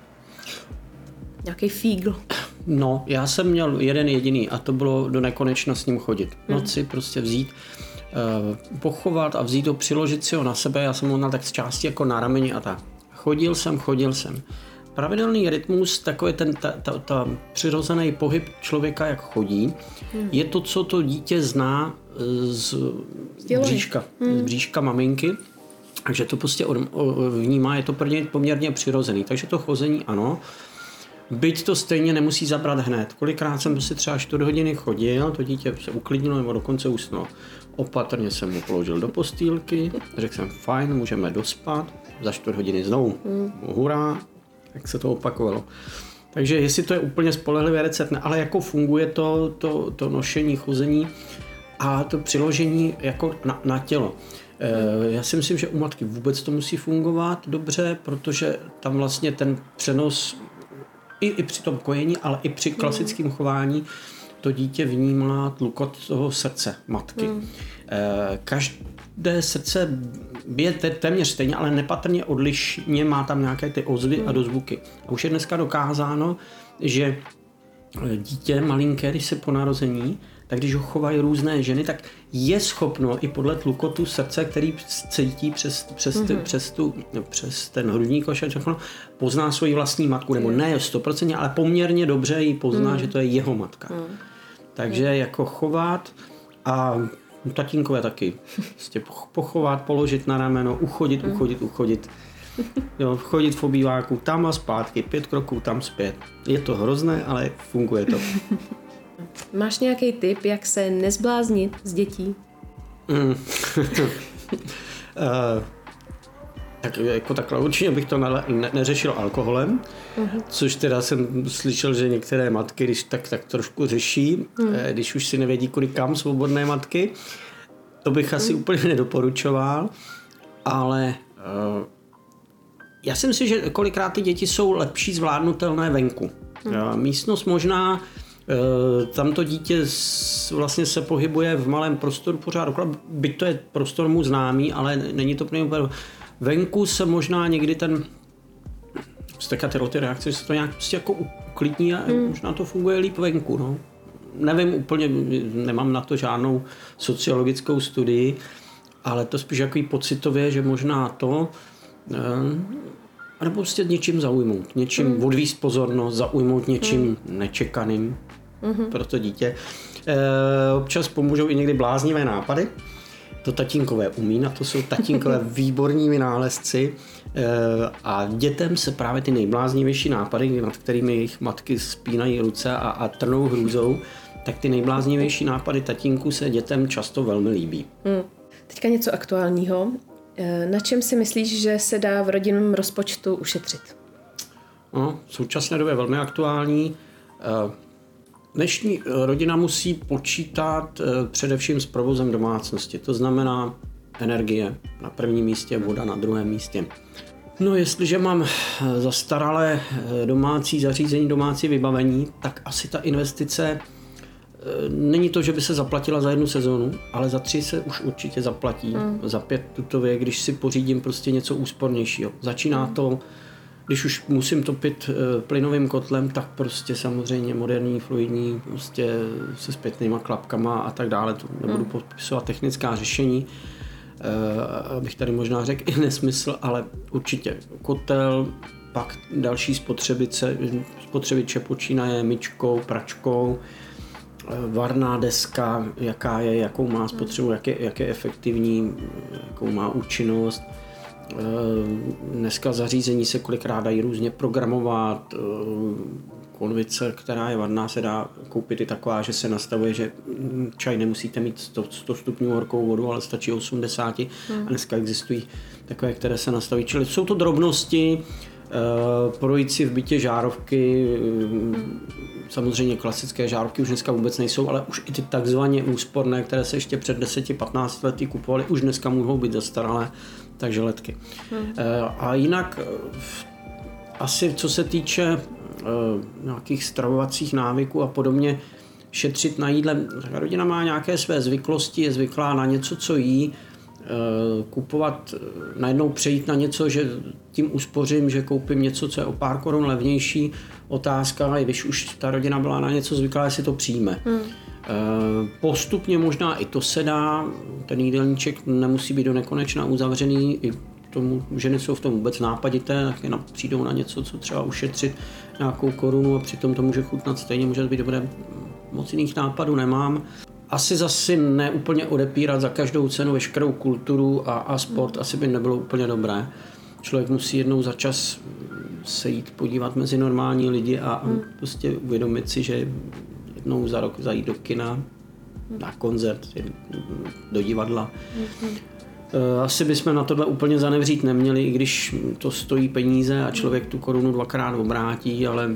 Nějaký fígl? No, já jsem měl jeden jediný a to bylo do nekonečna s ním chodit. V noci prostě vzít, uh, pochovat a vzít ho, přiložit si ho na sebe. Já jsem ho měl tak z části jako na rameni a tak. Chodil jsem, chodil jsem. Pravidelný rytmus, takový ten ta, ta, ta přirozený pohyb člověka, jak chodí, hmm. je to, co to dítě zná z bříška, hmm. z bříška maminky. Takže to prostě vnímá, je to pro ně poměrně přirozený. Takže to chození ano. Byť to stejně nemusí zabrat hned. Kolikrát jsem si třeba čtyři hodiny chodil, to dítě se uklidnilo nebo dokonce usnulo. Opatrně jsem mu položil do postýlky, řekl jsem fajn, můžeme dospat, za čtyři hodiny znovu. Mm. Hurá, tak se to opakovalo. Takže jestli to je úplně spolehlivý recept, ne, ale jako funguje to, to, to nošení, chození a to přiložení jako na, na tělo. E, já si myslím, že u matky vůbec to musí fungovat dobře, protože tam vlastně ten přenos I, i při tom kojení, ale i při klasickém chování to dítě vnímá tlukot toho srdce matky. Mm. E, každé srdce bije téměř stejně, ale nepatrně odlišně, má tam nějaké ty ozvy mm. a dozvuky. A už je dneska dokázáno, že dítě malinké, když se po narození, tak když ho chovají různé ženy, tak je schopno i podle tlukotu srdce, který cítí přes, přes, mm-hmm. ty, přes, tu, přes ten hrudní koš, pozná svoji vlastní matku, nebo ne sto procent, ale poměrně dobře ji pozná, mm. že to je jeho matka. Mm. Takže mm. jako chovat a tatínkové taky. Prostě pochovat, položit na rameno, uchodit, mm. uchodit, uchodit. Jo, chodit v obýváku tam a zpátky, pět kroků tam zpět. Je to hrozné, ale funguje to. Máš nějaký tip, jak se nezbláznit z dětí? Mm. uh, tak jako takhle určitě bych to ne, ne, neřešil alkoholem, uh-huh. což teda jsem slyšel, že některé matky když tak, tak trošku řeší, uh-huh. když už si nevědí kudy kam svobodné matky. To bych asi uh-huh. úplně nedoporučoval, ale uh, já si myslím, že kolikrát ty děti jsou lepší zvládnutelné venku. Uh-huh. Místnost možná tam to dítě vlastně se pohybuje v malém prostoru pořád okolo, byť to je prostor mu známý, ale není to úplně venku se možná někdy ten vztekat ty reakce, že se to nějak prostě jako uklidní a hmm. možná to funguje líp venku. No. Nevím úplně, nemám na to žádnou sociologickou studii, ale to spíš jako pocitově, že možná to nebo prostě něčím zaujmout, něčím hmm. odvíst pozornost, zaujmout něčím hmm. nečekaným mm-hmm. pro to dítě. E, občas pomůžou i někdy bláznivé nápady. To tatínkové umí, na to jsou tatínkové výborní vynálezci e, a dětem se právě ty nejbláznivější nápady, nad kterými jejich matky spínají ruce a, a trnou hrůzou, tak ty nejbláznivější nápady tatínku se dětem často velmi líbí. Hmm. Teďka něco aktuálního. Na čem si myslíš, že se dá v rodinném rozpočtu ušetřit? No, v současné době velmi aktuální. Dnešní rodina musí počítat především s provozem domácnosti. To znamená energie na prvním místě, voda na druhém místě. No, jestliže mám zastaralé domácí zařízení, domácí vybavení, tak asi ta investice není to, že by se zaplatila za jednu sezónu, ale za tři se už určitě zaplatí. Hmm. Za pět tutově, když si pořídím prostě něco úspornějšího. Začíná to když už musím topit plynovým kotlem, tak prostě samozřejmě moderní, fluidní, prostě se zpětnýma klapkama a tak dále. To nebudu hmm. popisovat technická řešení, abych tady možná řekl i nesmysl, ale určitě kotel, pak další spotřebice, spotřebiče počínaje myčkou, pračkou, varná deska, jaká je, jakou má spotřebu, jak je, jak je efektivní, jakou má účinnost. Dneska zařízení se kolikrát dají různě programovat, konvice, která je varná, se dá koupit i taková, že se nastavuje, že čaj nemusíte mít sto stupňů horkou vodu, ale stačí osmdesát hmm. a dneska existují takové, které se nastaví. Čili jsou to drobnosti, projít si v bytě žárovky, samozřejmě klasické žárovky už dneska vůbec nejsou, ale už i ty takzvaně úsporné, které se ještě před deseti patnácti lety kupovaly, už dneska mohou být zastaralé, takže ledky. Hmm. A jinak asi co se týče nějakých stravovacích návyků a podobně, šetřit na jídle, rodina má nějaké své zvyklosti, je zvyklá na něco, co jí, kupovat, najednou přejít na něco, že tím uspořím, že koupím něco, co je o pár korun levnější, otázka, i když už ta rodina byla na něco zvyklá, jestli to přijme. Hmm. Postupně možná i to se dá, ten jídelníček nemusí být do nekonečna uzavřený, i tomu ženy jsou v tom vůbec nápadité, tak jen přijdou na něco, co třeba ušetřit nějakou korunu a přitom to může chutnat stejně, může být dobré, moc jiných nápadů nemám. Asi zase neúplně odepírat za každou cenu veškerou kulturu a, a sport, asi by nebylo úplně dobré. Člověk musí jednou za čas se jít podívat mezi normální lidi a hmm. prostě uvědomit si, že jednou za rok zajít do kina, na koncert, do divadla. Hmm. Asi bychom na tohle úplně zanevřít neměli, i když to stojí peníze a člověk tu korunu dvakrát obrátí, ale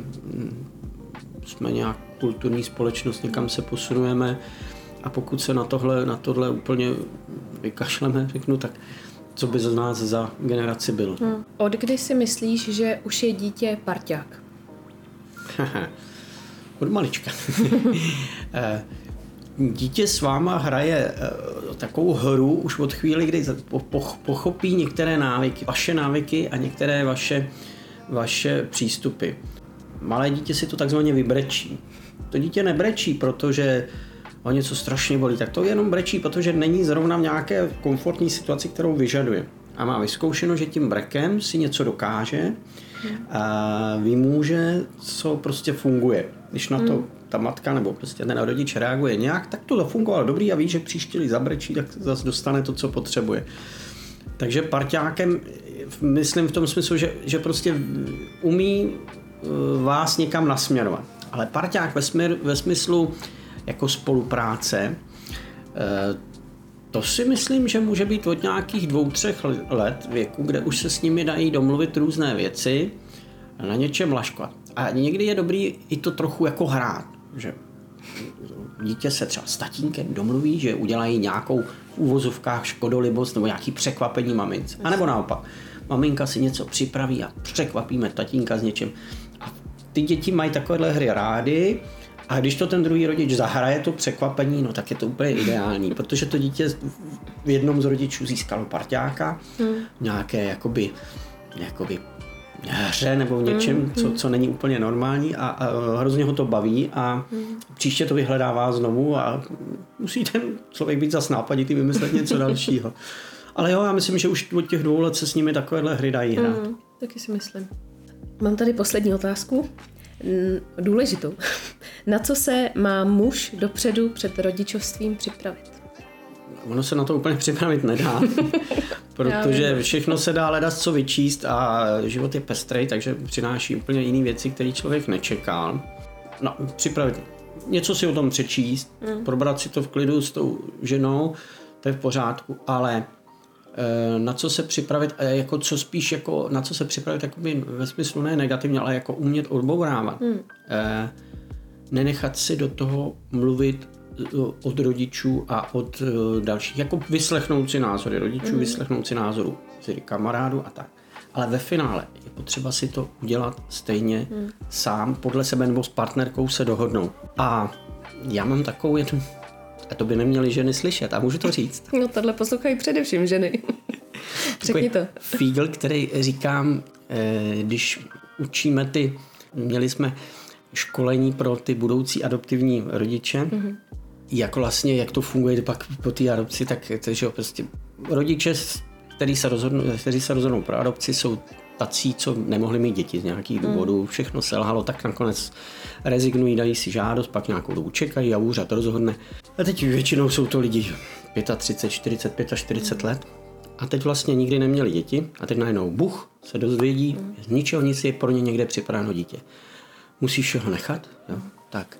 jsme nějak kulturní společnost, někam se posunujeme a pokud se na tohle, na tohle úplně vykašleme, řeknu, tak co by z nás za generaci bylo. Hmm. Od kdy si myslíš, že už je dítě parťák? Od malička. Dítě s váma hraje takovou hru už od chvíli, kdy pochopí některé návyky, vaše návyky a některé vaše, vaše přístupy. Malé dítě si to takzvaně vybrečí. To dítě nebrečí, protože ho něco strašně bolí, tak to jenom brečí, protože není zrovna v nějaké komfortní situaci, kterou vyžaduje. A má vyzkoušeno, že tím brekem si něco dokáže a vymůže, co prostě funguje. Když na to ta matka nebo prostě ten rodič reaguje nějak, tak to zafungovalo dobrý a ví, že příště zabrečí, tak zase dostane to, co potřebuje. Takže parťákem myslím v tom smyslu, že, že prostě umí vás někam nasměrovat. Ale parťák ve, směr, ve smyslu jako spolupráce, to si myslím, že může být od nějakých dvou, třech let věku, kde už se s nimi dají domluvit různé věci, na něčem laškovat. A někdy je dobrý i to trochu jako hrát, že dítě se třeba s tatínkem domluví, že udělají nějakou v úvozovkách škodolibost nebo nějaký překvapení mamince. A nebo naopak, maminka si něco připraví a překvapíme tatínka s něčím. A ty děti mají takovéhle hry rády a když to ten druhý rodič zahraje to překvapení, no tak je to úplně ideální, protože to dítě v jednom z rodičů získalo parťáka, hmm. nějaké jakoby, jakoby hře nebo v něčem, hmm. co, co není úplně normální a, a hrozně ho to baví a hmm. příště to vyhledává znovu a musí ten člověk být zas nápaditý, vymyslet něco dalšího. Ale jo, já myslím, že už od těch dvou let se s nimi takovéhle hry dají hrát. Hmm, taky si myslím. Mám tady poslední otázku. Důležitou. Na co se má muž dopředu před rodičovstvím připravit? Ono se na to úplně připravit nedá, protože všechno se dá hledat, co vyčíst a život je pestrej, takže přináší úplně jiné věci, které člověk nečekal. No, připravit něco si o tom přečíst, mm. probrat si to v klidu s tou ženou, to je v pořádku, ale na co se připravit, jako co spíš jako, na co se připravit jakoby ve smyslu ne negativně, ale jako umět odbourávat. Hmm. E, nenechat si do toho mluvit od rodičů a od dalších, jako vyslechnout si názory rodičů, hmm. vyslechnout si názoru kamarádů a tak. Ale ve finále je potřeba si to udělat stejně hmm. sám, podle sebe nebo s partnerkou se dohodnout. A já mám takovou jednu. A to by neměly ženy slyšet, a můžu to říct. No tohle poslouchají především ženy. Řekni to. Fígl, který říkám, když učíme ty, měli jsme školení pro ty budoucí adoptivní rodiče, mm-hmm. jak vlastně, jak to funguje pak po té adopci, tak že prostě rodiče, kteří se rozhodnou, kteří se rozhodnou pro adopci, jsou tací, co nemohli mít děti z nějakých důvodů, všechno selhalo, tak nakonec rezignují, dají si žádost, pak nějakou dobu čekají a úřad rozhodne. A teď většinou jsou to lidi třicet pět, čtyřicet, čtyřicet pět let a teď vlastně nikdy neměli děti a teď najednou buch se dozvědí, z ničeho nic je pro ně někde připraveno dítě. Musíš všeho nechat? Jo? Tak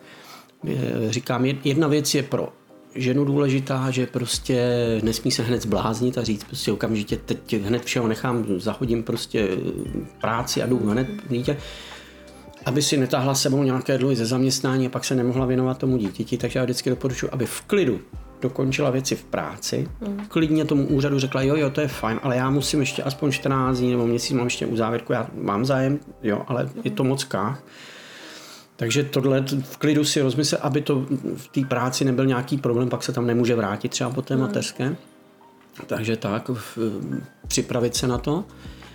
říkám, jedna věc je pro ženu důležitá, že prostě nesmí se hned zbláznit a říct prostě okamžitě teď hned všeho nechám, zahodím prostě práci a jdu hned dítě, aby si netáhla sebou nějaké dluhy ze zaměstnání a pak se nemohla věnovat tomu dítěti, takže já vždycky doporučuji, aby v klidu dokončila věci v práci, mm. klidně tomu úřadu řekla, jo, jo, to je fajn, ale já musím ještě aspoň čtrnáct dní nebo měsíc mám ještě uzávěrku, já mám zájem, jo, ale je to moc kách. Takže tohle v klidu si rozmyslet, aby to v té práci nebyl nějaký problém, pak se tam nemůže vrátit třeba po té mateřské. Takže tak, v, připravit se na to.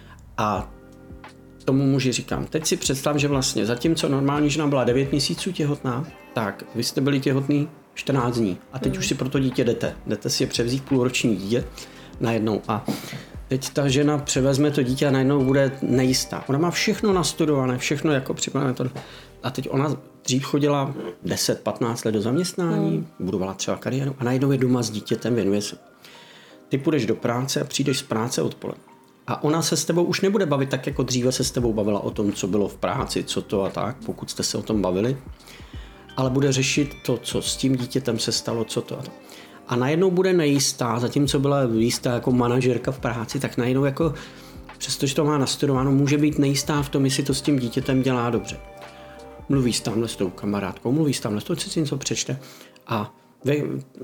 A tomu muži říkám, teď si představ, že vlastně zatímco normální žena byla devět měsíců těhotná, tak vy jste byli těhotný čtrnáct dní. A teď mm. už si pro to dítě jdete. Jdete si je převzít půlroční dítě najednou. A teď ta žena převezme to dítě a najednou bude nejistá. Ona má všechno nastudované, všechno jako připravené. A teď ona dřív chodila deset patnáct let do zaměstnání, mm. budovala třeba kariéru a najednou je doma s dítětem, věnuje se. Ty půjdeš do práce a přijdeš z práce odpoledne. A ona se s tebou už nebude bavit tak, jako dříve se s tebou bavila o tom, co bylo v práci, co to a tak, pokud jste se o tom bavili. Ale bude řešit to, co s tím dítětem se stalo, co to a to. A najednou bude nejistá, zatímco byla jistá jako manažerka v práci, tak najednou jako, přestože to má nastudováno, může být nejistá v tom, jestli to s tím dítětem dělá dobře. Mluví tamhle s tou kamarádkou, mluví tamhle s tou, co si něco přečte. A vy,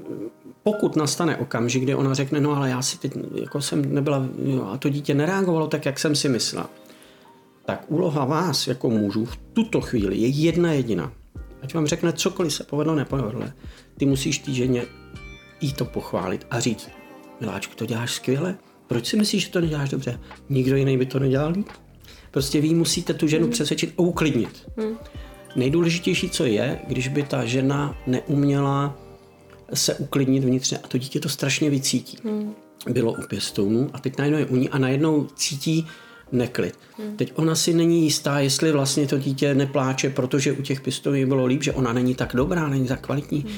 pokud nastane okamžik, kdy ona řekne, no ale já si teď jako jsem nebyla, jo, a to dítě nereagovalo tak, jak jsem si myslela, tak úloha vás jako mužů v tuto chvíli je jedna jediná. Ať vám řekne cokoliv se povedlo, nepovedlo, ty musíš té ženě jí to pochválit a říct, miláčku, to děláš skvěle, proč si myslíš, že to neděláš dobře? Nikdo jiný by to nedělal líp? Prostě vy musíte tu ženu mm. přesvědčit a uklidnit. Mm. Nejdůležitější, co je, když by ta žena neuměla se uklidnit vnitřně a to dítě to strašně vycítí. Mm. Bylo u pěstounů a teď najednou je u ní a najednou cítí neklid. Mm. Teď ona si není jistá, jestli vlastně to dítě nepláče, protože u těch pěstounů bylo líp, že ona není tak dobrá, není tak kvalitní. Mm.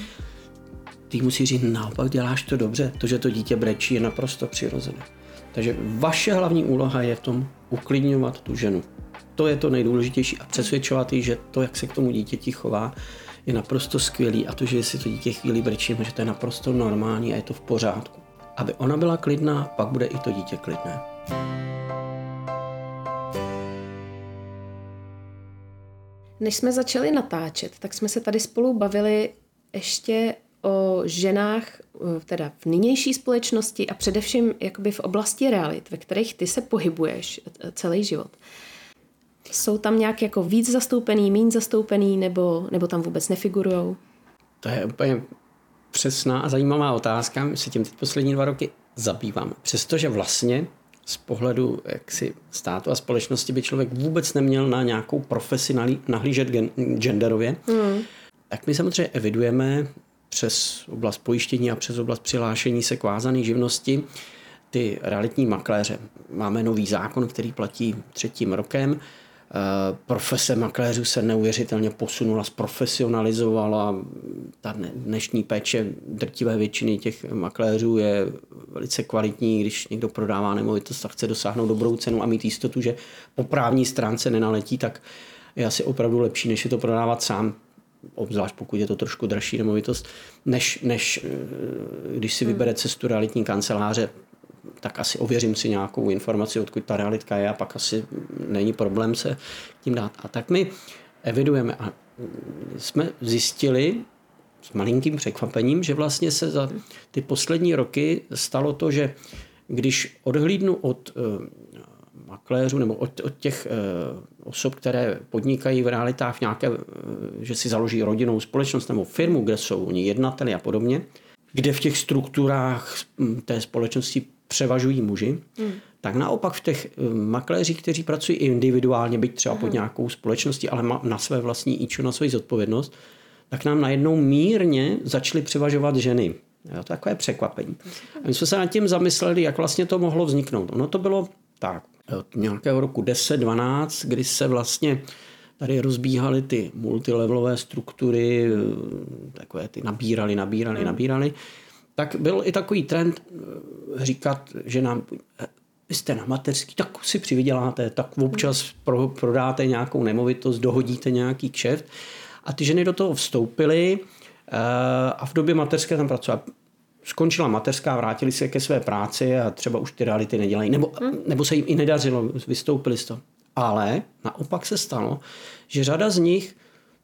Ty musí říct, naopak děláš to dobře, to, že to dítě brečí, je naprosto přirozené. Takže vaše hlavní úloha je v tom uklidňovat tu ženu. To je to nejdůležitější a přesvědčovat jí, že to, jak se k tomu dítěti chová, je naprosto skvělý a to, že si to dítě chvíli brečí, že to je naprosto normální a je to v pořádku. Aby ona byla klidná, pak bude i to dítě klidné. Než jsme začali natáčet, tak jsme se tady spolu bavili ještě o ženách teda v nynější společnosti a především jakoby v oblasti realit, ve kterých ty se pohybuješ celý život. Jsou tam nějak jako víc zastoupený, míň zastoupený, nebo, nebo tam vůbec nefigurujou? To je úplně přesná a zajímavá otázka. My se tím teď poslední dva roky zabýváme. Přestože vlastně z pohledu jaksi státu a společnosti by člověk vůbec neměl na nějakou profesi nahlížet gen, genderově, mm. tak my samozřejmě evidujeme přes oblast pojištění a přes oblast přihlášení se k vázané živnosti ty realitní makléře. Máme nový zákon, který platí třetím rokem. Profese makléřů se neuvěřitelně posunula, zprofesionalizovala. Ta dnešní péče drtivé většiny těch makléřů je velice kvalitní, když někdo prodává nemovitost a chce dosáhnout dobrou cenu a mít jistotu, že po právní stránce nenaletí, tak je asi opravdu lepší, než je to prodávat sám, obzvlášť pokud je to trošku dražší nemovitost, než, než když si vybere cestu realitní kanceláře, tak asi ověřím si nějakou informaci, odkud ta realitka je a pak asi není problém se tím dát. A tak my evidujeme a jsme zjistili s malinkým překvapením, že vlastně se za ty poslední roky stalo to, že když odhlídnu od uh, makléřů nebo od, od těch uh, osob, které podnikají v realitách nějaké, uh, že si založí rodinnou společnost nebo firmu, kde jsou oni jednateli a podobně, kde v těch strukturách té společnosti převažují muži, hmm. Tak naopak v těch makléřích, kteří pracují individuálně, byť třeba pod nějakou společností, ale na své vlastní íčo, na svoji zodpovědnost, tak nám najednou mírně začaly převažovat ženy. Jo, to je takové překvapení. A my jsme se nad tím zamysleli, jak vlastně to mohlo vzniknout. Ono to bylo tak, od nějakého roku deset dvanáct, kdy se vlastně tady rozbíhaly ty multilevelové struktury, takové ty nabírali, nabírali, hmm. nabírali. Tak byl i takový trend říkat, že nám, vy jste na mateřský, tak si přivyděláte, tak občas pro, prodáte nějakou nemovitost, dohodíte nějaký kšeft. A ty ženy do toho vstoupily a v době mateřské tam pracovala. Skončila mateřská, vrátili se ke své práci a třeba už ty reality nedělají. Nebo, nebo se jim i nedařilo, vystoupili z toho. Ale naopak se stalo, že řada z nich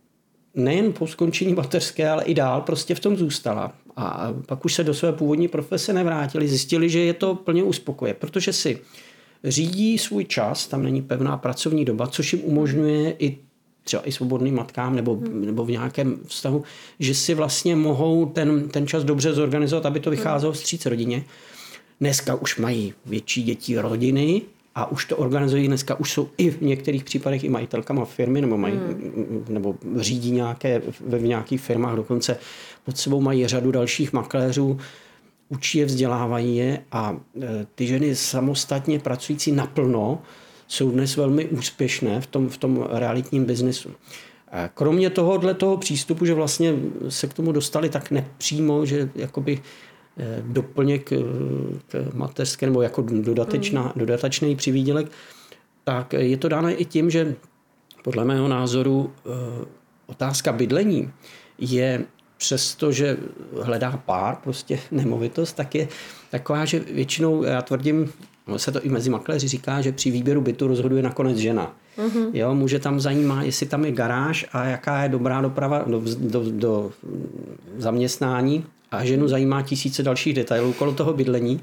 nejen po skončení mateřské, ale i dál prostě v tom zůstala. A pak už se do své původní profese nevrátili. Zjistili, že je to plně uspokoje, protože si řídí svůj čas, tam není pevná pracovní doba, což jim umožňuje i třeba i svobodným matkám nebo, hmm. nebo v nějakém vztahu, že si vlastně mohou ten, ten čas dobře zorganizovat, aby to vycházelo vstříc rodině. Dneska už mají větší děti rodiny a už to organizují. Dneska už jsou i v některých případech i majitelkama firmy nebo, mají, hmm. nebo řídí nějaké, ve nějakých firmách, dokonce pod sebou mají řadu dalších makléřů, učí je, vzdělávají je a ty ženy samostatně pracující naplno jsou dnes velmi úspěšné v tom, v tom realitním biznesu. Kromě tohohle toho přístupu, že vlastně se k tomu dostali tak nepřímo, že jakoby doplněk k mateřské nebo jako dodatečná, mm. dodatečný přivýdělek, tak je to dáno i tím, že podle mého názoru otázka bydlení je přesto, že hledá pár prostě nemovitost, tak je taková, že většinou, já tvrdím, se to i mezi makléři říká, že při výběru bytu rozhoduje nakonec žena. Mm-hmm. Jo, muže tam zajímá, jestli tam je garáž a jaká je dobrá doprava do, do, do zaměstnání a ženu zajímá tisíce dalších detailů kolem toho bydlení.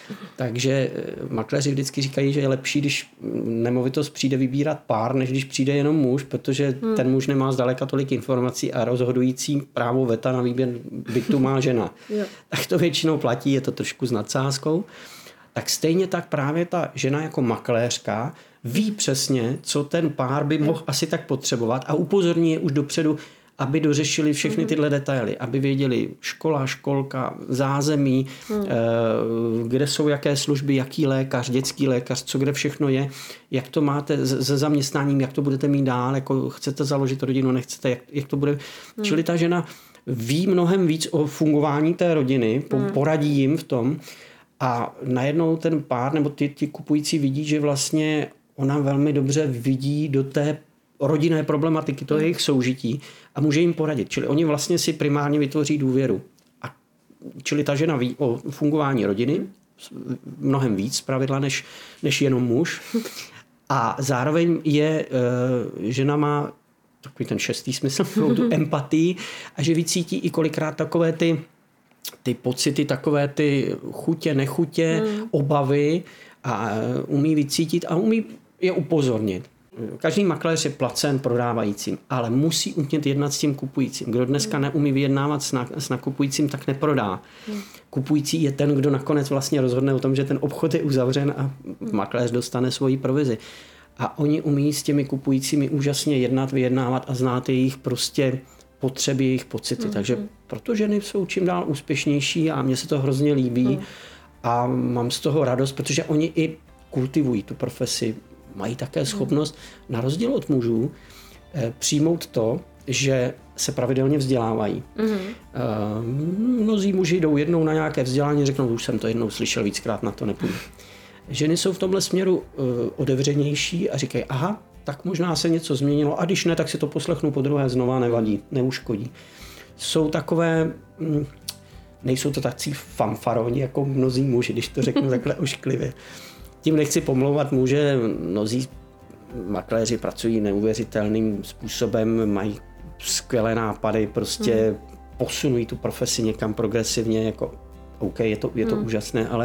Takže makléři vždycky říkají, že je lepší, když nemovitost přijde vybírat pár, než když přijde jenom muž, protože mm. ten muž nemá zdaleka tolik informací a rozhodující právo veta na výběr bytu má žena. Tak to většinou platí, je to trošku s nadsázkou. Tak stejně tak právě ta žena jako makléřka ví přesně, co ten pár by mohl asi tak potřebovat a upozorní je už dopředu, aby dořešili všechny tyhle detaily, aby věděli škola, školka, zázemí, hmm. kde jsou jaké služby, jaký lékař, dětský lékař, co kde všechno je, jak to máte se zaměstnáním, jak to budete mít dál, jako chcete založit rodinu, nechcete, jak, jak to bude. Hmm. Čili ta žena ví mnohem víc o fungování té rodiny, hmm. poradí jim v tom a najednou ten pár nebo ty, ty kupující vidí, že vlastně ona velmi dobře vidí do té rodinné problematiky, to je jejich soužití a může jim poradit. Čili oni vlastně si primárně vytvoří důvěru. A čili ta žena ví o fungování rodiny mnohem víc zpravidla než, než jenom muž. A zároveň je, žena má takový ten šestý smysl, tu empatii a že vycítí i kolikrát takové ty, ty pocity, takové ty chutě, nechutě, hmm. obavy a umí vycítit a umí je upozornit. Každý makléř je placen prodávajícím, ale musí umět jednat s tím kupujícím. Kdo dneska neumí vyjednávat s, na, s nakupujícím, tak neprodá. Kupující je ten, kdo nakonec vlastně rozhodne o tom, že ten obchod je uzavřen a makléř dostane svoji provizi. A oni umí s těmi kupujícími úžasně jednat, vyjednávat a znát jejich prostě potřeby, jejich pocity. Mm-hmm. Takže proto ženy jsou čím dál úspěšnější a mně se to hrozně líbí mm. a mám z toho radost, protože oni i kultivují tu profesi, mají také schopnost, na rozdíl od mužů, přijmout to, že se pravidelně vzdělávají. Mm-hmm. Mnozí muži jdou jednou na nějaké vzdělání, řeknou, už jsem to jednou slyšel, víckrát na to nepůjdu. Ženy jsou v tomhle směru otevřenější a říkají, aha, tak možná se něco změnilo a když ne, tak si to poslechnu podruhé znova, nevadí, neuškodí. Jsou takové, nejsou to tací fanfaroni jako mnozí muži, když to řeknu takhle ošklivě. Tím nechci pomlouvat muže, mnozí makléři pracují neuvěřitelným způsobem, mají skvělé nápady, prostě hmm. posunují tu profesi někam progresivně, jako OK, je to, je to hmm. úžasné, ale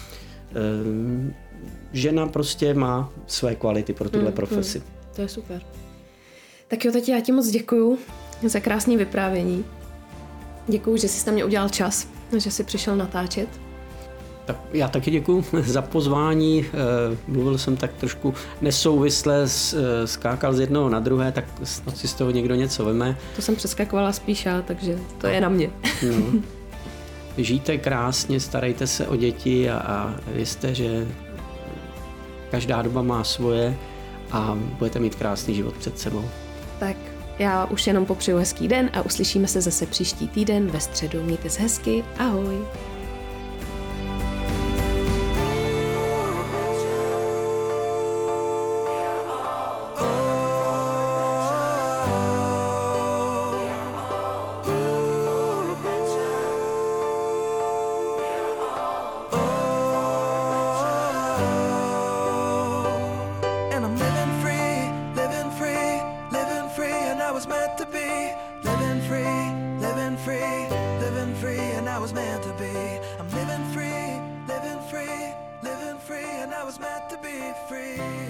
um, žena prostě má své kvality pro tuhle hmm. profesi. Hmm. To je super. Tak jo, tati, já ti moc děkuju za krásné vyprávění. Děkuju, že jsi na mě udělal čas, že jsi přišel natáčet. Tak já taky děkuji za pozvání. Mluvil jsem tak trošku nesouvisle, skákal z jednoho na druhé, tak snad si z toho někdo něco veme. To jsem přeskakovala spíš já, takže to je na mě. No. Žijte krásně, starejte se o děti a, a vězte, že každá doba má svoje a budete mít krásný život před sebou. Tak já už jenom popřeju hezký den a uslyšíme se zase příští týden ve středu. Mějte se hezky, ahoj. I was meant to be free.